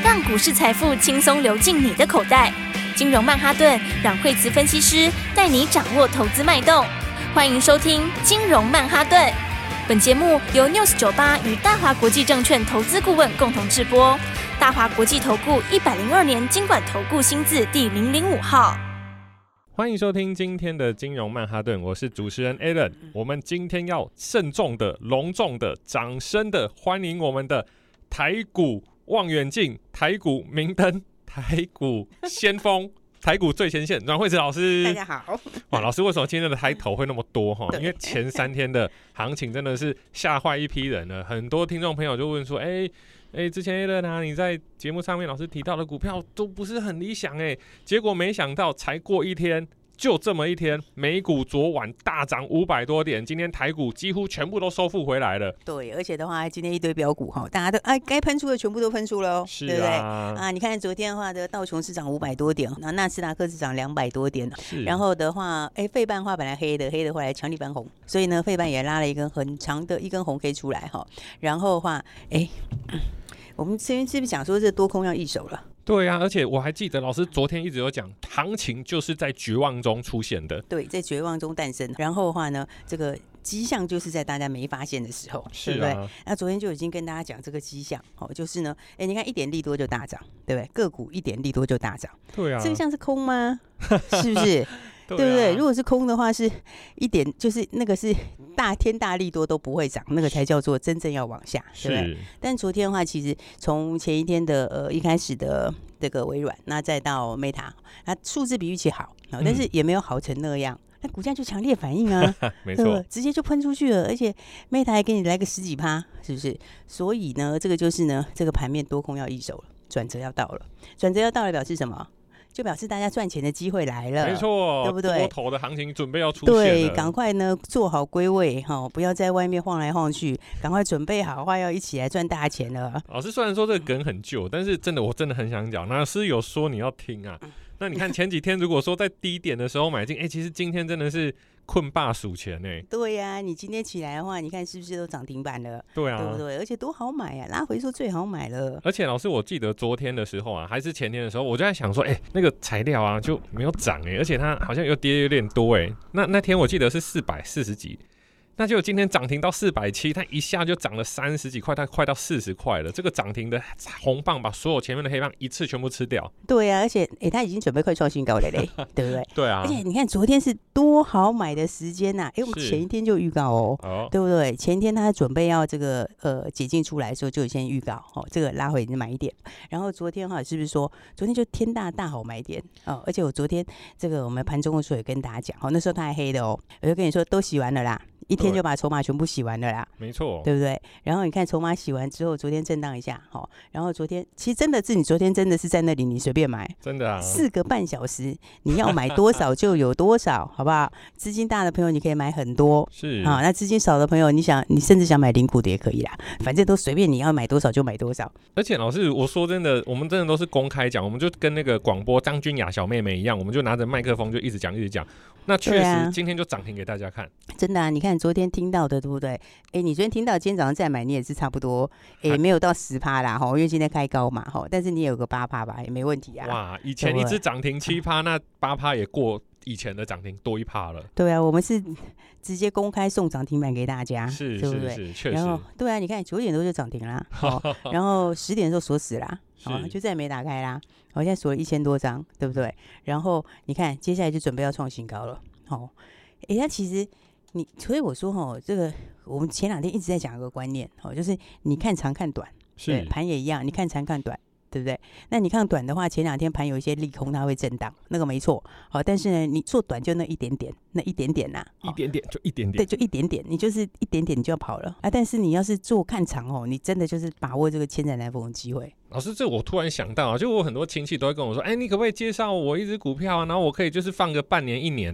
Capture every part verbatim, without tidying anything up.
让股市财富轻松流进你的口袋。金融曼哈顿让惠慈分析师带你掌握投资脉动。欢迎收听金融曼哈顿。本节目由 News 九十八与大华国际证券投资顾问共同制播。大华国际投顾一百零二年金管投顾新字第零零五号。 欢迎收听今天的金融曼哈顿，我是主持人 Alan。我们今天要慎重的、隆重的、掌声的欢迎我们的台股望远镜、台股明灯、台股先锋、台股最前线阮惠慈老师。 大家好。 哇，老师为什么今天的抬头会那么多？因为前三天的行情真的是吓坏一批人了。很多听众朋友就问说：“哎、欸。”哎、欸，之前 Alan 啊，你在节目上面老师提到的股票都不是很理想哎、欸，结果没想到才过一天，就这么一天，美股昨晚大涨五百多点，今天台股几乎全部都收复回来了。 对，而且的话，今天一堆标股哈，大家都哎该喷出的全部都喷出了、哦， 是啊， 对不对啊？你看昨天的话的道琼是涨五百多点，那纳斯达克是涨两百多点，然后的话，哎，费半的话本来黑的，黑的后来强力翻红，所以呢，费半也拉了一根很长的一根红 K 出来哈，然后的话，哎。我们这边是不是讲说这多空要易手了？ 对啊，而且我还记得老师昨天一直有讲，行情就是在绝望中出现的。 对，在绝望中诞生。然后的话呢，这个迹象就是在大家没发现的时候， 是啊、 对不对？那昨天就已经跟大家讲这个迹象，哦，就是呢，哎，你看一点利多就大涨，对不对？个股一点利多就大涨， 对啊， 这个像是空吗？是不是？对不对？如果是空的话，是一点就是那个是大天大利多都不会涨，那个才叫做真正要往下，对不对？但昨天的话，其实从前一天的呃一开始的这个微软，那再到 Meta， 它数字比预期好，但是也没有好成那样。那股价就强烈反应啊， 没错， 直接就喷出去了，而且 Meta 还给你来个十几趴，是不是？所以呢，这个就是呢，这个盘面多空要易手了，转折要到了，转折要到了表示什么？就表示大家赚钱的机会来了， 没错， 对不对？ 多头的行情准备要出现了， 对，赶快呢做好归位哈，不要在外面晃来晃去，赶快准备好的话，要一起来赚大钱了。 老师虽然说这个梗很旧，但是真的我真的很想讲，老师有说你要听啊。那你看前几天如果说在低点的时候买进，哎、欸，其实今天真的是困霸数钱呢、欸。 对呀、啊，你今天起来的话，你看是不是都涨停板了？ 对啊， 对不对？而且多好买啊，拉回说最好买了。 而且老师，我记得昨天的时候啊，还是前天的时候，我就在想说，哎、欸，那个材料啊就没有涨哎、欸，而且它好像又跌有点多哎、欸。那那天我记得是四百四十几。那就今天涨停到四百七，它一下就涨了三十几块，它快到四十块了。这个涨停的红棒把所有前面的黑棒一次全部吃掉。 对啊，而且哎，它已经准备快创新高了嘞，对不对？ 对啊。 而且你看昨天是多好买的时间呐、啊，哎，我们前一天就预告哦，哦对不对？前一天它准备要这个呃解禁出来的时候就先预告哦，这个拉回你买一点。然后昨天哈是不是说昨天就天大大好买点哦？而且我昨天这个我们盘中的时候也跟大家讲哦，那时候它还黑的哦，我就跟你说都洗完了啦。一天就把筹码全部洗完了啦， 没错， 对不对？然后你看筹码洗完之后，昨天震荡一下，好，然后昨天其实真的是你昨天真的是在那里，你随便买， 真的啊， 四个半小时，你要买多少就有多少，好不好？资金大的朋友你可以买很多， 是啊，那资金少的朋友，你想你甚至想买零股的也可以啦，反正都随便你要买多少就买多少。 而且老师，我说真的，我们真的都是公开讲，我们就跟那个广播张君雅小妹妹一样，我们就拿着麦克风就一直讲一直讲。那确实今天就涨停给大家看， 真的啊！你看昨天听到的对不对？哎，你昨天听到，今天早上再买，你也是差不多，哎，没有到十趴啦，哈，因为今天开高嘛，哈，但是你也有个八趴吧，也没问题啊。 哇，以前一只涨停七趴，那八趴也过以前的涨停多一趴了。 对啊，我们是直接公开送涨停板给大家， 是对不对？ 是是，确实。 然后对啊，你看九点多就涨停啦，哦、然后十点的时候锁死啦，哦，就再也没打开啦。我、哦、现在锁了一千多张，对不对？然后你看，接下来就准备要创新高了。哦，哎，那其实你，所以我说哈、哦，这个我们前两天一直在讲一个观念，哦，就是你看长看短，对，盘也一样，你看长看短。对不对？那你看短的话，前两天盘有一些利空，它会震荡，那个没错。好，但是呢，你做短就那一点点，那一点点呐、 啊，一点点就一点点， 对，就一点点，你就是一点点你就要跑了啊。但是你要是做看长哦，你真的就是把握这个千载难逢的机会。 老师，这我突然想到啊，就我很多亲戚都会跟我说，哎，你可不可以介绍我一只股票啊？然后我可以就是放个半年一年啊。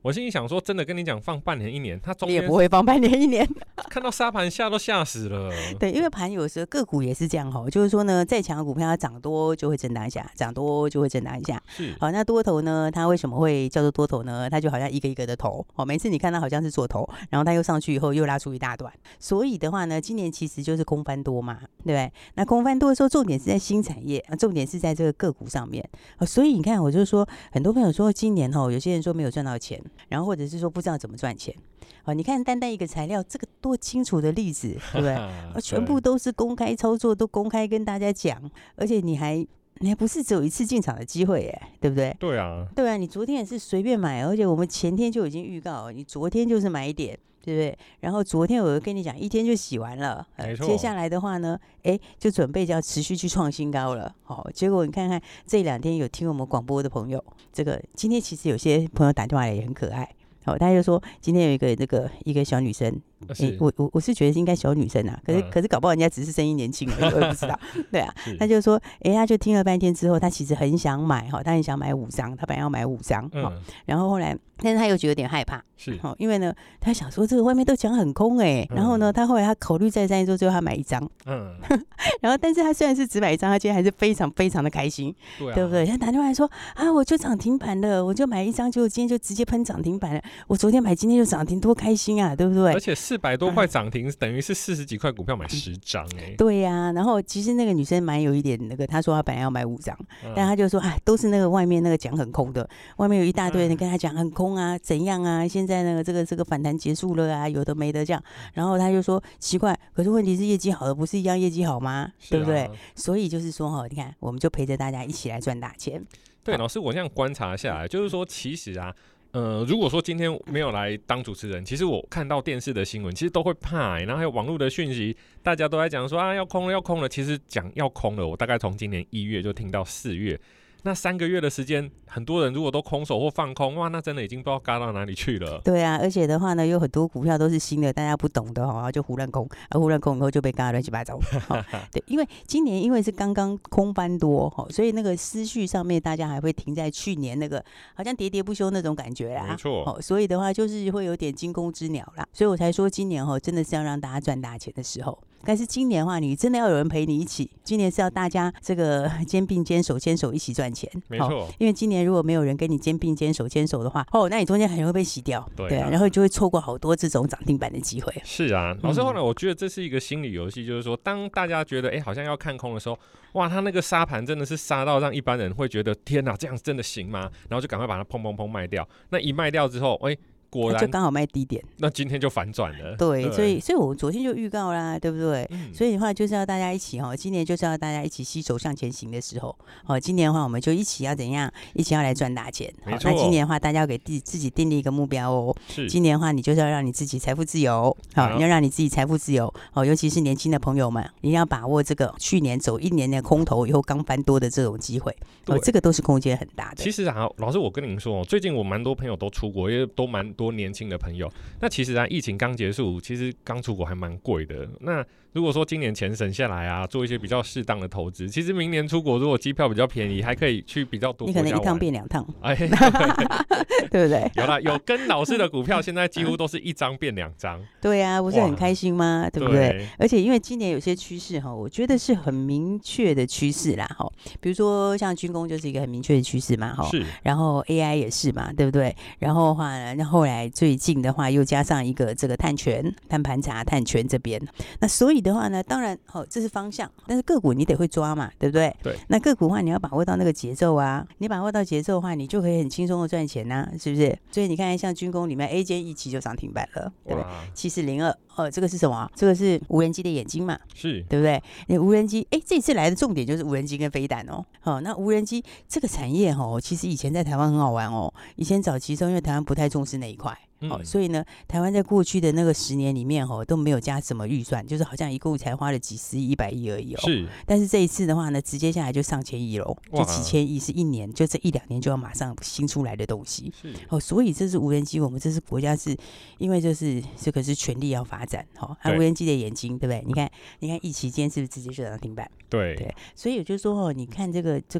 我心里想说，真的跟你讲放半年一年，它中你间也不会放半年一年。 看到沙盘下都吓死了。 对，因为盘有时候个股也是这样哈，就是说呢，再强的股票它涨多就会震荡一下，涨多就会震荡一下。 是， 好，那多头呢，它为什么会叫做多头呢？它就好像一个一个的头，哦，每次你看它好像是做头，然后它又上去以后又拉出一大段，所以的话呢，今年其实就是空翻多嘛，对不对？那空翻多的时候，重点是在新产业，重点是在这个个股上面。哦，所以你看，我就说，很多朋友说今年哦，有些人说没有赚到钱，然后或者是说不知道怎么赚钱。哦，你看单单一个材料，这个多清楚的例子，对不对？哦，全部都是公开操作，都公开跟大家讲，而且你还你还不是只有一次进场的机会耶，对不对？ 对啊， 对啊，你昨天也是随便买，而且我们前天就已经预告，你昨天就是买点，对不对？然后昨天我跟你讲，一天就洗完了， 呃、 接下来的话呢，哎，就准备就要持续去创新高了。好、哦，结果你看看这两天有听我们广播的朋友，这个今天其实有些朋友打电话来也很可爱。好，他就说今天有一个那个一个小女生，欸、我我我是觉得应该小女生啊，可是、嗯、可是搞不好人家只是声音年轻而已，我也不知道。对啊，他就说，哎、欸，他就听了半天之后，他其实很想买哈，他很想买五张，他本来要买五张，嗯，然后后来，但是他又觉得有点害怕， 是， 好，因为呢，他想说这个外面都讲很空哎、欸，然后呢，他后来他考虑再三之后，最后他买一张，嗯，然后但是他虽然是只买一张，他今天还是非常非常的开心，对、啊、对不对？他打电话来说啊，我就涨停板了，我就买一张，结果今天就直接喷涨停板了。我昨天买，今天就涨停，多开心啊，对不对？ 而且四百多块涨停，嗯、等于是四十几块股票买十张哎。 对呀、啊，然后其实那个女生蛮有一点那个，她说她本来要买五张，嗯、但她就说啊，都是那个外面那个讲很空的，外面有一大堆人跟她讲很空啊，怎样啊？现在那个这个这个反弹结束了啊，有的没的这样。然后她就说奇怪，可是问题是业绩好的不是一样业绩好吗？啊、对不对？所以就是说哈，你看我们就陪着大家一起来赚大钱。 对，老师，我这样观察下来，就是说其实啊。呃，如果说今天没有来当主持人，其实我看到电视的新闻，其实都会怕、欸，然后还有网络的讯息，大家都在讲说啊要空了要空了，其实讲要空了，我大概从今年一月就听到四月。那三个月的时间，很多人如果都空手或放空，哇，那真的已经不知道嘎到哪里去了。 对啊，而且的话呢，有很多股票都是新的，大家不懂的哈，就胡乱空，啊，胡乱空以后就被嘎乱七八糟。对，因为今年因为是刚刚空翻多，所以那个思绪上面大家还会停在去年那个好像喋喋不休那种感觉啦。 没错。 所以的话就是会有点惊弓之鸟啦，所以我才说今年哈真的是要让大家赚大钱的时候。但是今年的话，你真的要有人陪你一起。今年是要大家这个肩并肩、手牵手一起赚钱。 没错， 因为今年如果没有人跟你肩并肩、手牵手的话，哦，那你中间很容易被洗掉。 对啊， 对啊，然后就会错过好多这种涨停板的机会。 是啊，老师后来我觉得这是一个心理游戏，就是说，当大家觉得哎、欸、好像要看空的时候，哇，他那个杀盘真的是杀到让一般人会觉得天哪，这样真的行吗？然后就赶快把它砰砰砰卖掉。那一卖掉之后，哎、欸。果然就刚好卖低点， 那今天就反转了。 对，对所以所以我昨天就预告啦，对不对？ 嗯、 所以的话就是要大家一起哈，今年就是要大家一起携手向前行的时候，哦，今年的话我们就一起要怎样？一起要来赚大钱。 没错。 那今年的话，大家要给自己自己定立一个目标哦。 是。 今年的话，你就是要让你自己财富自由，好，要让你自己财富自由哦，尤其是年轻的朋友们，一定要把握这个去年走一年的空头以后刚翻多的这种机会，哦，这个都是空间很大的。 其实啊，老师，我跟您说，最近我蛮多朋友都出国，因为都蛮多年轻的朋友。那其实啊，疫情刚结束，其实刚出国还蛮贵的。那如果说今年钱省下来啊，做一些比较适当的投资，其实明年出国如果机票比较便宜，还可以去比较多国家玩。 你可能一趟变两趟， 哎， 对不对？ 有啦，有跟老师的股票，现在几乎都是一张变两张。 对啊，不是很开心吗？对不对？对而且因为今年有些趋势哈，我觉得是很明确的趋势啦哈。比如说像军工就是一个很明确的趋势嘛哈。 是。 然后 A I 也是嘛，对不对？然后的话，那后来最近的话又加上一个这个碳权、碳盘查、碳权这边，那所以的话呢，当然好、哦，这是方向，但是个股你得会抓嘛，对不对？ 对。 那个股的话，你要把握到那个节奏啊，你把握到节奏的话，你就可以很轻松的赚钱呐、啊，是不是？所以你看，像军工里面 A 间一期就涨停板了，对不对？七四零二，哦，这个是什么？这个是无人机的眼睛嘛， 是对不对？你无人机，哎，这次来的重点就是无人机跟飞弹哦。好、哦，那无人机这个产业哦，其实以前在台湾很好玩哦，以前早期时候因为台湾不太重视那一块。哦，所以呢，台湾在过去的那个十年里面哦，都没有加什么预算，就是好像一共才花了几十亿、一百亿而已哦。 是。 但是这一次的话呢，直接下来就上千亿喽，就几千亿，是一年，就这一两年就要马上新出来的东西。 是。 哦，所以这是无人机，我们这是国家是，因为就是这个是全力要发展哈。还、哦、无人机的眼睛，对不对？你看，你看，疫期间是不是直接就涨停板？ 对。 对。所以也就是说哦，你看这个这个。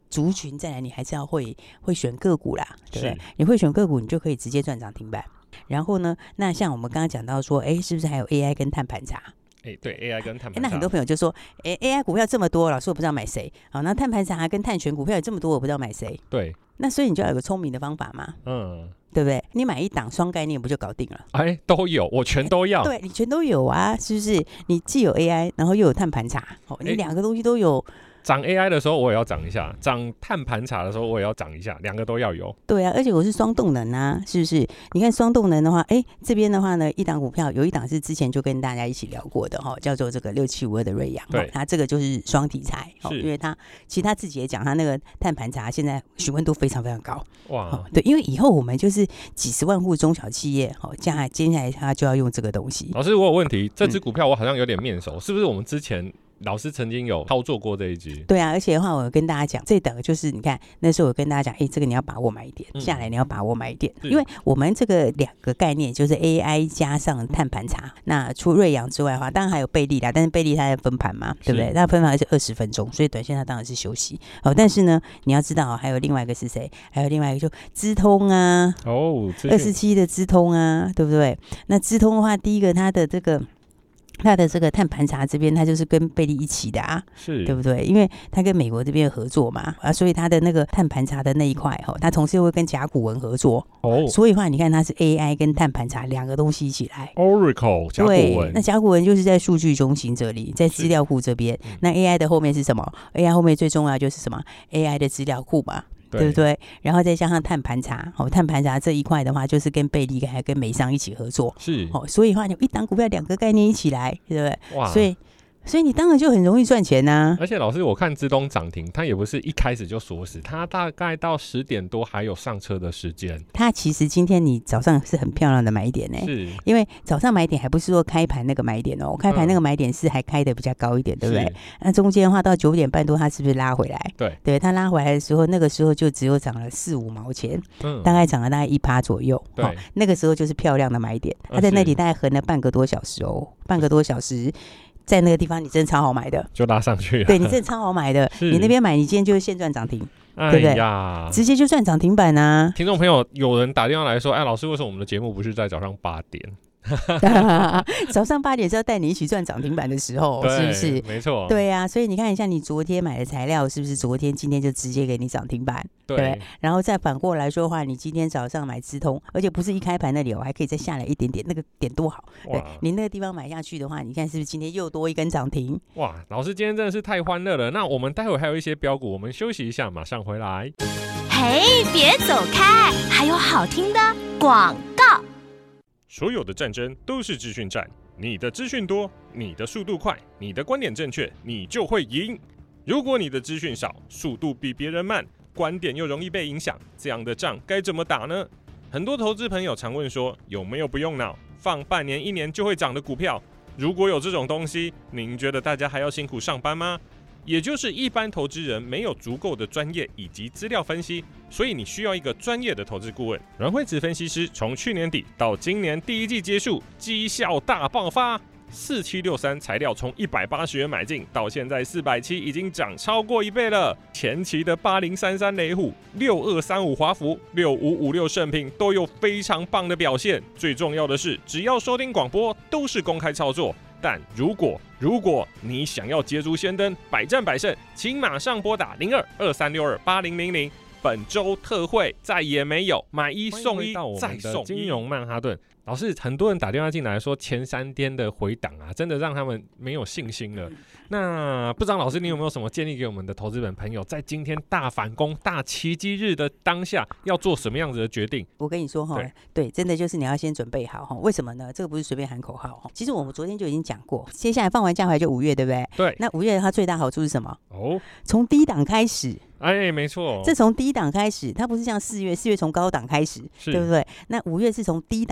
族群，再来你还是要会会选个股啦，对不对？你会选个股，你就可以直接赚涨停板。然后呢，那像我们刚刚讲到说，哎，是不是还有 A I 跟碳盘查？ 哎，对 A I 跟碳盘查， 那很多朋友就说，哎 ，A I 股票这么多，老师我不知道买谁。好，那碳盘查跟碳权股票有这么多，我不知道买谁。 对， 那所以你就要有个聪明的方法嘛， 嗯， 对不对？你买一档双概念不就搞定了？ 哎，都有，我全都要。 对，你全都有啊，是不是？你既有 A I， 然后又有碳盘查，哦，你两个东西都有。 涨 A I 的时候我也要涨一下，涨碳盘查的时候我也要涨一下，两个都要有。 对啊，而且我是双动能啊，是不是？你看双动能的话，哎，这边的话呢，一档股票有一档是之前就跟大家一起聊过的哈、哦，叫做这个六七五二的瑞阳， 对， 它这个就是双题材，哦，因为它其实他自己也讲，他那个碳盘查现在询问度非常非常高，哇、哦，对，因为以后我们就是几十万户中小企业，哦，接下来接下来他就要用这个东西。 老师，我有问题，这支股票我好像有点面熟，嗯、是不是我们之前？老师曾经有操作过这一支， 对啊，而且的话，我有跟大家讲，这档就是你看那时候我跟大家讲，哎，这个你要把握买点，嗯、下来你要把握买点，因为我们这个两个概念就是 A I 加上碳盘查。那除瑞阳之外的话，当然还有贝利啦，但是贝利它在分盘嘛，对不对？它分盘是二十分钟，所以短线它当然是休息。哦，但是呢，你要知道、哦、还有另外一个是谁？还有另外一个就资通啊， 哦， 二十七的资通啊，对不对？那资通的话，第一个它的这个。它的这个碳盘查这边，它就是跟贝利一起的啊， 是对不对？因为它跟美国这边合作嘛，啊，所以它的那个碳盘查的那一块，哈，它同时又会跟甲骨文合作，哦，所以的话，你看它是 A I 跟碳盘查两个东西一起来 ，Oracle 甲骨文， 那甲骨文就是在数据中心这里，在资料库这边，那 A I 的后面是什么 ？A I 后面最重要就是什么 ？A I 的资料库嘛。对, 对不对？然后再加上碳盘查，哦，碳盘查这一块的话，就是跟贝利还跟美商一起合作， 是哦，所以的话，你一档股票两个概念一起来，对不对？哇，所以。所以你当然就很容易赚钱呐、啊。 而且老师，我看资东涨停，它也不是一开始就锁死，它大概到十点多还有上车的时间。 它其实今天你早上是很漂亮的买点呢、欸，是因为早上买点还不是说开盘那个买点哦，开盘那个买点是还开的比较高一点，嗯、对不对？那中间的话到九点半多，它是不是拉回来？ 对， 对，它拉回来的时候，那个时候就只有涨了四五毛钱，嗯，大概涨了大概一趴左右。对、哦，那个时候就是漂亮的买点，它在那里大概横了半个多小时哦，半个多小时。在那个地方，你真的超好买的， 就拉上去了。 对，你真的超好买的，你那边买，你今天就是现赚涨停， 哎、 对不对？ 呀， 直接就赚涨停板啊！ 听众朋友，有人打电话来说：“哎，老师，为什么我们的节目不是在早上八点？” 早上八点是要带你一起赚涨停板的时候，是不是？ 没错。 对啊，所以你看一下，你昨天买的材料是不是昨天、今天就直接给你涨停板？对。对，然后再反过来说的话，你今天早上买资通，而且不是一开盘那里哦，还可以再下来一点点，那个点多好。对，你那个地方买下去的话，你看是不是今天又多一根涨停？ 哇，老师今天真的是太欢乐了。那我们待会还有一些标股，我们休息一下，马上回来。 嘿，别走开，还有好听的广告。 所有的战争都是资讯战，你的资讯多，你的速度快，你的观点正确，你就会赢。如果你的资讯少，速度比别人慢，观点又容易被影响，这样的仗该怎么打呢？很多投资朋友常问说，有没有不用脑，放半年一年就会涨的股票？如果有这种东西，您觉得大家还要辛苦上班吗？也就是一般投资人没有足够的专业以及资料分析，所以你需要一个专业的投资顾问。阮惠慈分析师从去年底到今年第一季结束，绩效大爆发。四七六三材料从一百八十元买进，到现在四百七，已经涨超过一倍了。前期的八零三三雷虎、六二三五华孚、六五五六盛品都有非常棒的表现。最重要的是，只要收听广播都是公开操作。但如果如果你想要捷足先登、百战百胜，请马上拨打零二二三六二八零零零。本周特惠再也没有，买一送一再送一。金融曼哈顿老师，很多人打电话进来说前三天的回档啊，真的让他们没有信心了。那不知道老师你有没有什么建议给我们的投资本朋友，在今天大反攻、大奇迹日的当下，要做什么样子的决定？ 我跟你说哈，对, 对，真的就是你要先准备好哈。为什么呢？这个不是随便喊口号哈。其实我们昨天就已经讲过，接下来放完假回来就五月，对不对？ 对。 那五月它最大好处是什么？ 哦， 从低档开始。 哎，没错， 这从低档开始，它不是像四月，四月从高档开始，对不对？那五月是从低档开始。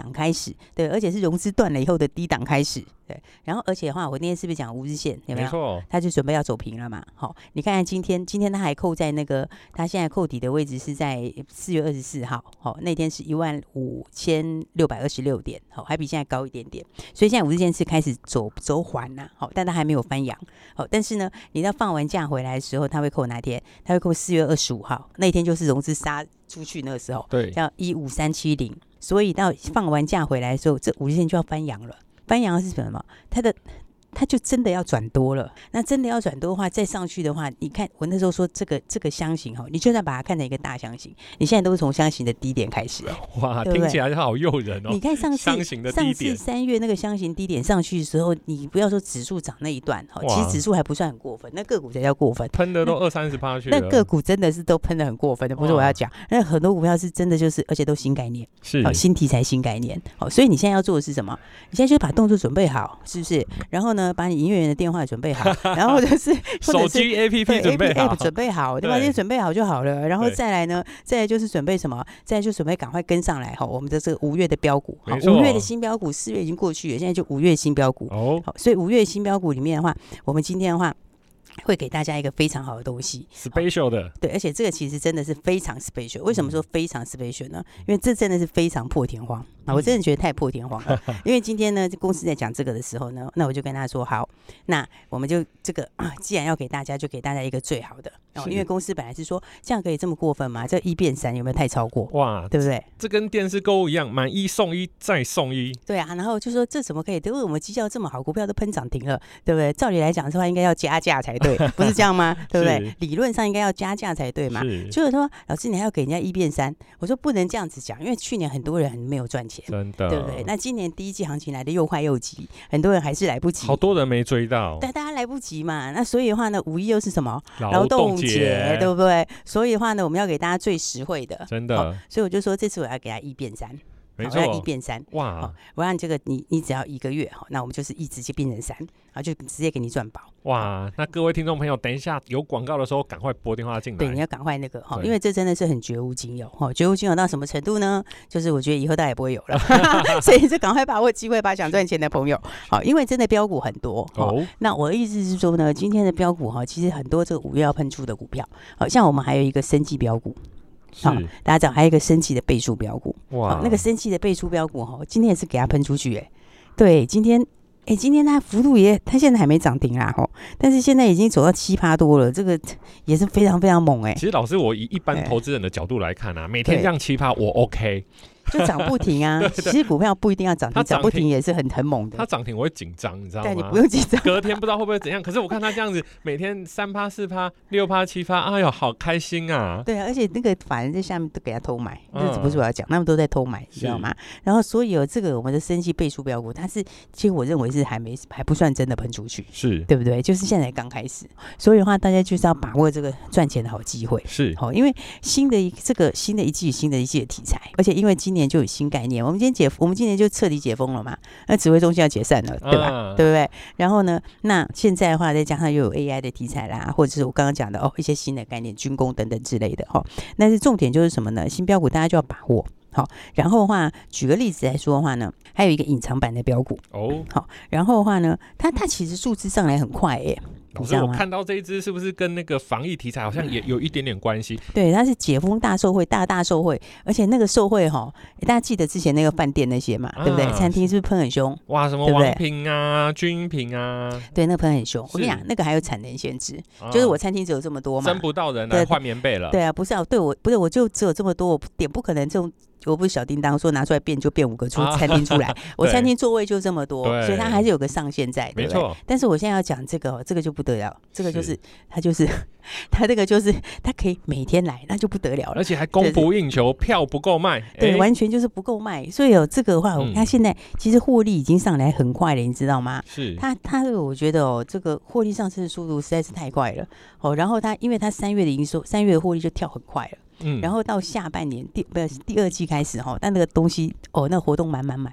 始，对，而且是融资断了以后的低档开始，对，然后而且的话，我那天是不是讲五日线有没有？ 没错， 它就准备要走平了嘛。好、哦，你看看今天，今天它还扣在那个，它现在扣底的位置是在四月二十四号，好、哦，那天是一万五千六百二十六点，好、哦，还比现在高一点点，所以现在五日线是开始走走缓了，好、哦，但它还没有翻扬，好、哦，但是呢，你到放完假回来的时候，它会扣哪天？它会扣四月二十五号，那天就是融资杀出去那个时候， 对， 叫一五三七零，所以到放完假回来的时候，这五日线就要翻扬了。翻扬是什么？它的它就真的要转多了。那真的要转多的话，再上去的话，你看我那时候说这个这个箱型哈，你就算把它看成一个大箱型，你现在都是从箱型的低点开始、欸， 哇， 对对听起来就好诱人哦。 你看上次箱型的低上点次三月那个箱型低点上去的时候，你不要说指数涨那一段哈，其实指数还不算很过分，那个股才叫过分， 喷的都二三十趴去了。 那个股真的是都喷的很过分的，不是我要讲，那很多股票是真的就是，而且都新概念， 是好、新题材、新概念，好、所以你现在要做的是什么？你现在就是把动作准备好，是不是？然后呢，把你营业员的电话准备好，然后或者是手机 A P P 准备好 ，App 准备好，对吧？这些准备好就好了。然后再来呢，再来就是准备什么？再来就准备赶快跟上来哈，我们的这个五月的标股，好，五月的新标股，四月已经过去了，现在就五月新标股哦。好，所以五月新标股里面的话，我们今天的话，会给大家一个非常好的东西 ，special 的， 对，而且这个其实真的是非常 special。为什么说非常 special 呢？因为这真的是非常破天荒啊！我真的觉得太破天荒了。因为今天呢，公司在讲这个的时候呢，那我就跟他说，好，那我们就这个，啊、既然要给大家，就给大家一个最好的。哦，因为公司本来是说这样可以这么过分吗？这一变三有没有太超过？ 哇， 对不对？ 这跟电视购物一样，买一送一再送一。 对啊，然后就说这怎么可以？因为我们绩效这么好，股票都喷涨停了，对不对？照理来讲的话，应该要加价才对，不是这样吗？对不对？理论上应该要加价才对嘛。就是说，老师你还要给人家一变三，我说不能这样子讲，因为去年很多人没有赚钱， 真的， 对不对？那今年第一季行情来的又快又急，很多人还是来不及， 好多人没追到， 但大家来不及嘛。那所以的话呢，五一又是什么劳动节， 对不对？所以的话呢，我们要给大家最实惠的， 真的。哦、 所以我就说这次我要给他一变三。 没错， 我要一变三哇！ 我让你这个你你只要一个月哈，那我们就是一直接变成三，然后就直接给你赚饱。 哇！那各位听众朋友，等一下有广告的时候，赶快拨电话进来。 对，你要赶快那个哈，因为这真的是很绝无仅有哈，绝无仅有到什么程度呢？就是我觉得以后大家也不会有了，所以就赶快把握机会，把想赚钱的朋友好，因为真的标股很多哦。那我的意思是说呢，今天的标股哈，其实很多这个五月要喷出的股票，好像我们还有一个生技标股。好，大家知道还有一个升级的倍数标股，哇，那个升级的倍数标股哈，今天也是给它喷出去哎、欸，对，今天哎、欸，今天它幅度也，它现在还没涨停啦哈，但是现在已经走到七趴多了，这个也是非常非常猛哎、欸。 其实老师，我以一般投资人的角度来看啊，每天这样七趴我 OK。 就涨不停啊！其实股票不一定要涨停，涨不停也是很很猛的。 它涨停我会紧张，你知道吗？ 对，你不用紧张。 隔天不知道会不会怎样，可是我看它这样子，每天三趴、四趴、六趴、七趴，哎呦，好开心啊！ 对啊，而且那个法人在下面都给他偷买，这、嗯、不是我要讲，他们都在偷买，你知道吗？然后所以有这个我们的生技倍数标股，它是其实我认为是还没还不算真的喷出去， 是对不对？就是现在刚开始，所以的话，大家就是要把握这个赚钱的好机会， 是好，因为新的一这个新的一季、新的一季的题材，而且因为今年就有新概念。我们今天解，我们今年就彻底解封了嘛？那指挥中心要解散了，对吧？啊、对不对？然后呢，那现在的话，再加上又有 A I 的题材啦，或者是我刚刚讲的哦，一些新的概念，军工等等之类的哈、哦。但是重点就是什么呢？新标股大家就要把握好。然后的话，举个例子来说的话呢，还有一个隐藏版的标股哦。好，然后的话呢，它它其实数字上来很快耶。 老师，我看到这一支是不是跟那个防疫题材好像也有一点点关系？ 对，它是解封大受惠，大大受惠，而且那个受惠哈，大家记得之前那个饭店那些嘛，啊、对不对？餐厅是不是喷很凶？ 哇，什么王品啊、君品啊， 对，那个喷很凶。我跟你讲，那个还有产能限制，啊、就是我餐厅只有这么多嘛， 争不到人来换棉被了。 对啊，不是啊，对我不是，我就只有这么多，我点不可能这种。我不是小叮当说拿出来变就变五个出餐厅出来，啊、我餐厅座位就这么多，所以它还是有个上限在，对不对？没错。但是我现在要讲这个，这个就不得了，这个就是它就是它这个就是它可以每天来，那就不得了了， 而且还供不应求，票不够卖， 对，欸、完全就是不够卖。所以有这个的话，它、嗯、现在其实获利已经上来很快了，你知道吗？ 是它它这个我觉得哦，这个获利上升的速度实在是太快了哦。然后它因为它三月的营收，三月的获利就跳很快了。嗯，然后到下半年第不是第二季开始哈，但那个东西哦，那个活动满满满，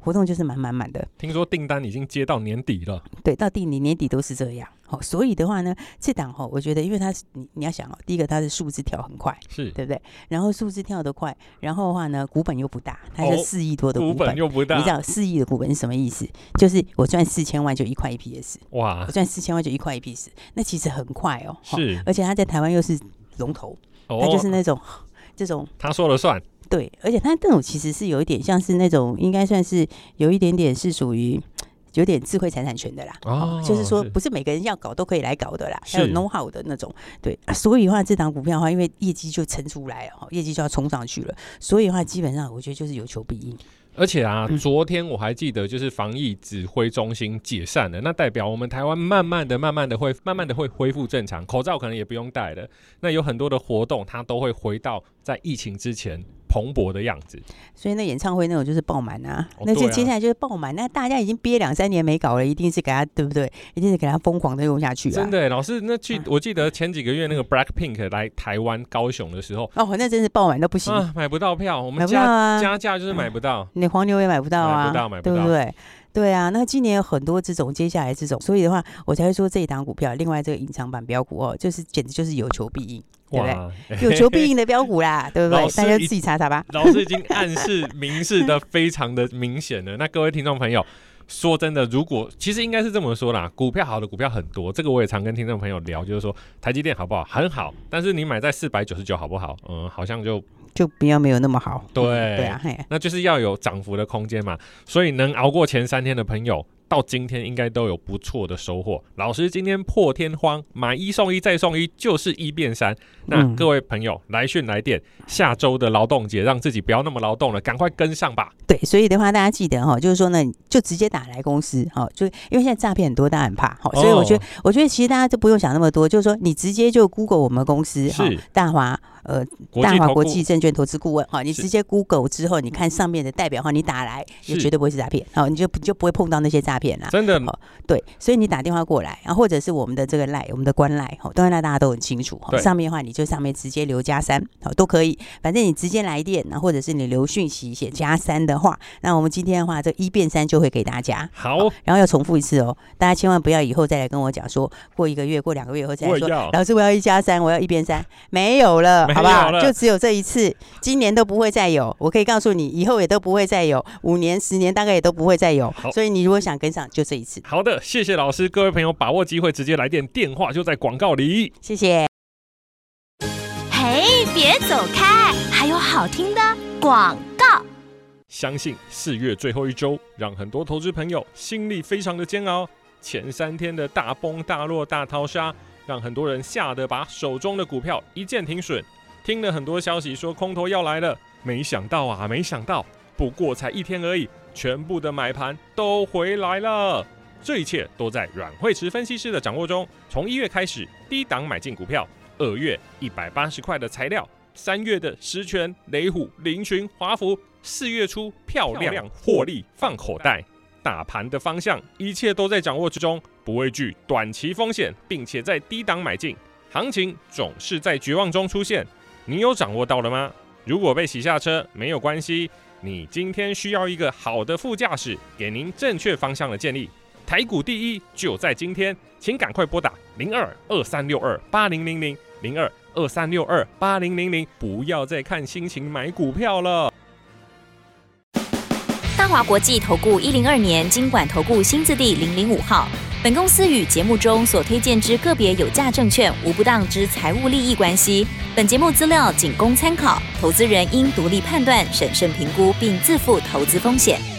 活动就是满满满的。 听说订单已经接到年底了， 对，到第年年底都是这样。好、哦，所以的话呢，这档哈、哦，我觉得因为它是你你要想哦，第一个它的数字跳很快， 是对不对？然后数字跳得快，然后的话呢，股本又不大，它是四亿多的股本， 哦、股本又不大， 你知道四亿的股本是什么意思？就是我赚四千万就一块 E P S， 哇，我赚四千万就一块 E P S， 那其实很快哦。 是， 而且它在台湾又是龙头，哦、它就是那种这种他说了算。 对，而且它这种其实是有一点像是那种，应该算是有一点点是属于。有点智慧财产权的啦，哦，就是说不是每个人要搞都可以来搞的啦，还有 know how 的那种，对，啊、所以的话这档股票的话，因为业绩就撑出来了，业绩就要冲上去了，所以的话基本上我觉得就是有求必应。 而且啊，嗯、昨天我还记得，就是防疫指挥中心解散了，那代表我们台湾慢慢的、慢慢的会、慢慢的会恢复正常，口罩可能也不用戴了。那有很多的活动，它都会回到在疫情之前蓬勃的样子。 所以那演唱会那种就是爆满啊，哦、那就接下来就是爆满。那大家已经憋两三年没搞了，一定是给他对不对？一定是给他疯狂的用下去啊！ 真的，老师，那去、啊、我记得前几个月那个 Blackpink 来台湾高雄的时候， 哦，那真是爆满到不行啊，买不到票，我们加、啊、加价就是买不到， 嗯、你黄牛也买不到啊， 买不到，买不到， 对不对？对啊，那今年有很多这种接下来这种，所以的话，我才会说这一档股票，另外这个隐藏版标股哦，就是简直就是有求必应。对不对？有求必应的标股啦，对不对？大家自己查查吧。 老师已经暗示、明示的非常的明显了。那各位听众朋友，说真的，如果其实应该是这么说啦，股票好的股票很多，这个我也常跟听众朋友聊，就是说台积电好不好？很好，但是你买在四百九十九好不好？嗯，好像就就比较没有那么好。 对、 嗯、对啊， 那就是要有涨幅的空间嘛。所以能熬过前三天的朋友，到今天应该都有不错的收获。老师今天破天荒买一送一再送一，就是一变三。那各位朋友、嗯、来讯来电，下周的劳动节让自己不要那么劳动了，赶快跟上吧。 对，所以的话大家记得哈，就是说呢，就直接打来公司哈，就因为现在诈骗很多，大家很怕哈，所以我觉得、哦、我觉得其实大家都不用想那么多，就是说你直接就 Google 我们公司哈，大华呃大华国际证券投资顾问哈，你直接 Google 之后，你看上面的代表号，你打来，就绝对不会是诈骗，好，你就你就不会碰到那些诈骗啦。 真的， 对，所以你打电话过来，然后或者是我们的这个 LINE， 我们的官 LINE， 哈，当然大家都很清楚，上面的话你就上面直接留加三，好都可以，反正你直接来电，或者是你留讯息写加三的话，那我们今天的话这一变三就会给大家。 好， 然后要重复一次哦，大家千万不要以后再来跟我讲说，过一个月、过两个月以后再来说，老师我要一加三，我要一变三，没有了，好不好？就只有这一次，今年都不会再有，我可以告诉你，以后也都不会再有，五年、十年大概也都不会再有。所以你如果想跟上，就这一次。 好的，谢谢老师，各位朋友把握机会直接来电，电话就在广告里。 谢谢。 嘿，别走开，还有好听的广告。 相信四月最后一周，让很多投资朋友心里非常的煎熬。前三天的大崩大落大逃杀，让很多人吓得把手中的股票一键停损。听了很多消息说空头要来了，没想到啊，没想到，不过才一天而已，全部的买盘都回来了。这一切都在阮慧慈分析师的掌握中。从一月开始，低档买进股票；二月一百八十块的材料；三月的十醛、雷虎、凌群、华孚；四月初漂亮获利放口袋。大盘的方向，一切都在掌握之中，不畏惧短期风险，并且在低档买进。行情总是在绝望中出现，你有掌握到了吗？如果被洗下车，没有关系，你今天需要一个好的副驾驶，给您正确方向的建立。台股第一就在今天，请赶快拨打零二二三六二八零零零零二二三六二八零零零，不要再看心情买股票了。 大华国际投顾一零二年金管投顾新字第零零五号。本公司与节目中所推荐之个别有价证券无不当之财务利益关系。本节目资料仅供参考，投资人应独立判断、审慎评估，并自负投资风险。